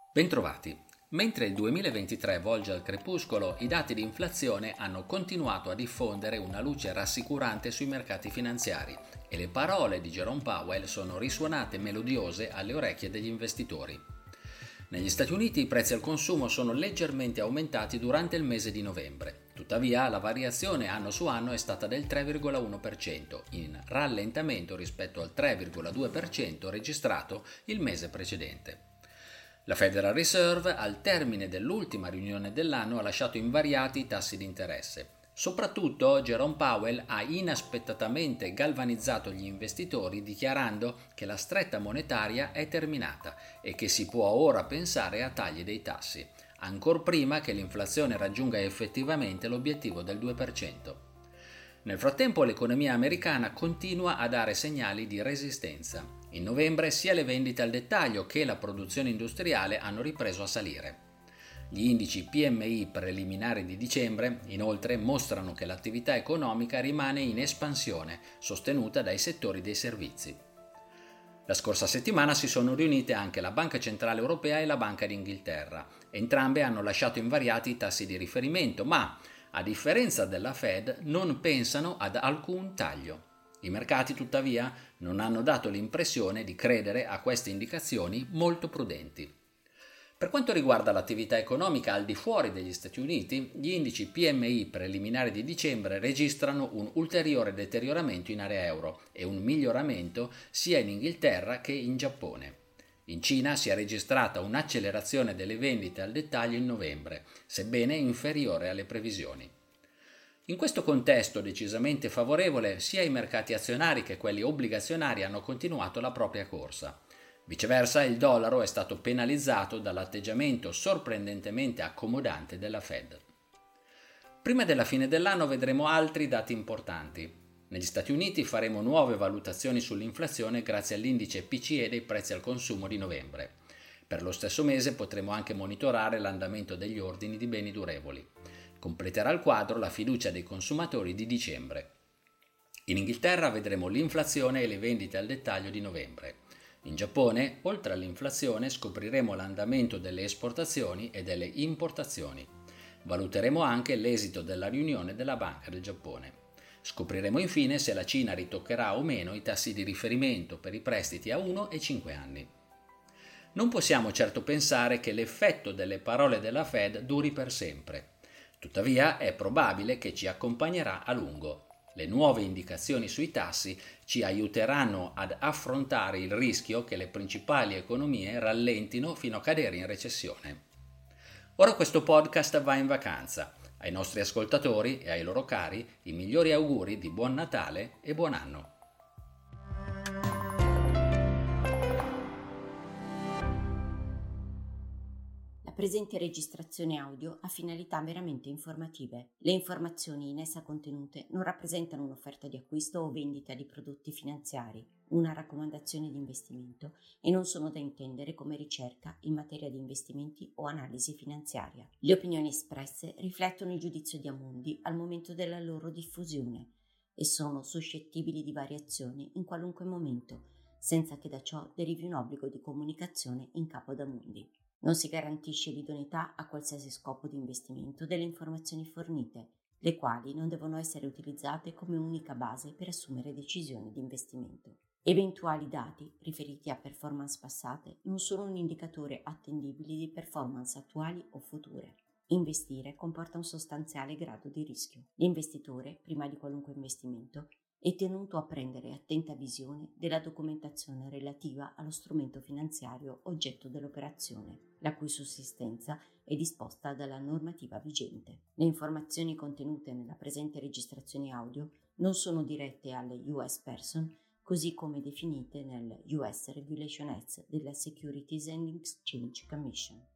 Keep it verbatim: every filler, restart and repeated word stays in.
Bentrovati. Mentre il duemilaventitré volge al crepuscolo, i dati di inflazione hanno continuato a diffondere una luce rassicurante sui mercati finanziari e le parole di Jerome Powell sono risuonate melodiose alle orecchie degli investitori. Negli Stati Uniti i prezzi al consumo sono leggermente aumentati durante il mese di novembre. Tuttavia, la variazione anno su anno è stata del tre virgola uno per cento, in rallentamento rispetto al tre virgola due per cento registrato il mese precedente. La Federal Reserve, al termine dell'ultima riunione dell'anno, ha lasciato invariati i tassi di interesse. Soprattutto, Jerome Powell ha inaspettatamente galvanizzato gli investitori dichiarando che la stretta monetaria è terminata e che si può ora pensare a tagli dei tassi, ancor prima che l'inflazione raggiunga effettivamente l'obiettivo del due per cento. Nel frattempo l'economia americana continua a dare segnali di resistenza. In novembre sia le vendite al dettaglio che la produzione industriale hanno ripreso a salire. Gli indici P M I preliminari di dicembre, inoltre, mostrano che l'attività economica rimane in espansione, sostenuta dai settori dei servizi. La scorsa settimana si sono riunite anche la Banca Centrale Europea e la Banca d'Inghilterra. Entrambe hanno lasciato invariati i tassi di riferimento, ma, a differenza della Fed, non pensano ad alcun taglio. I mercati, tuttavia, non hanno dato l'impressione di credere a queste indicazioni molto prudenti. Per quanto riguarda l'attività economica al di fuori degli Stati Uniti, gli indici P M I preliminari di dicembre registrano un ulteriore deterioramento in area euro e un miglioramento sia in Inghilterra che in Giappone. In Cina si è registrata un'accelerazione delle vendite al dettaglio in novembre, sebbene inferiore alle previsioni. In questo contesto decisamente favorevole, sia i mercati azionari che quelli obbligazionari hanno continuato la propria corsa. Viceversa, il dollaro è stato penalizzato dall'atteggiamento sorprendentemente accomodante della Fed. Prima della fine dell'anno vedremo altri dati importanti. Negli Stati Uniti faremo nuove valutazioni sull'inflazione grazie all'indice P C E dei prezzi al consumo di novembre. Per lo stesso mese potremo anche monitorare l'andamento degli ordini di beni durevoli. Completerà il quadro la fiducia dei consumatori di dicembre. In Inghilterra vedremo l'inflazione e le vendite al dettaglio di novembre. In Giappone, oltre all'inflazione, scopriremo l'andamento delle esportazioni e delle importazioni. Valuteremo anche l'esito della riunione della Banca del Giappone. Scopriremo infine se la Cina ritoccherà o meno i tassi di riferimento per i prestiti a uno e cinque anni. Non possiamo certo pensare che l'effetto delle parole della Fed duri per sempre. Tuttavia è probabile che ci accompagnerà a lungo. Le nuove indicazioni sui tassi ci aiuteranno ad affrontare il rischio che le principali economie rallentino fino a cadere in recessione. Ora questo podcast va in vacanza. Ai nostri ascoltatori e ai loro cari i migliori auguri di buon Natale e buon anno. La presente registrazione audio ha finalità meramente informative. Le informazioni in essa contenute non rappresentano un'offerta di acquisto o vendita di prodotti finanziari, una raccomandazione di investimento e non sono da intendere come ricerca in materia di investimenti o analisi finanziaria. Le opinioni espresse riflettono il giudizio di Amundi al momento della loro diffusione e sono suscettibili di variazioni in qualunque momento, senza che da ciò derivi un obbligo di comunicazione in capo ad Amundi. Non si garantisce l'idoneità a qualsiasi scopo di investimento delle informazioni fornite, le quali non devono essere utilizzate come unica base per assumere decisioni di investimento. Eventuali dati riferiti a performance passate non sono un indicatore attendibile di performance attuali o future. Investire comporta un sostanziale grado di rischio. L'investitore, prima di qualunque investimento, è tenuto a prendere attenta visione della documentazione relativa allo strumento finanziario oggetto dell'operazione, la cui sussistenza è disposta dalla normativa vigente. Le informazioni contenute nella presente registrazione audio non sono dirette alle U S Person, così come definite nel U S Regulation Act della Securities and Exchange Commission.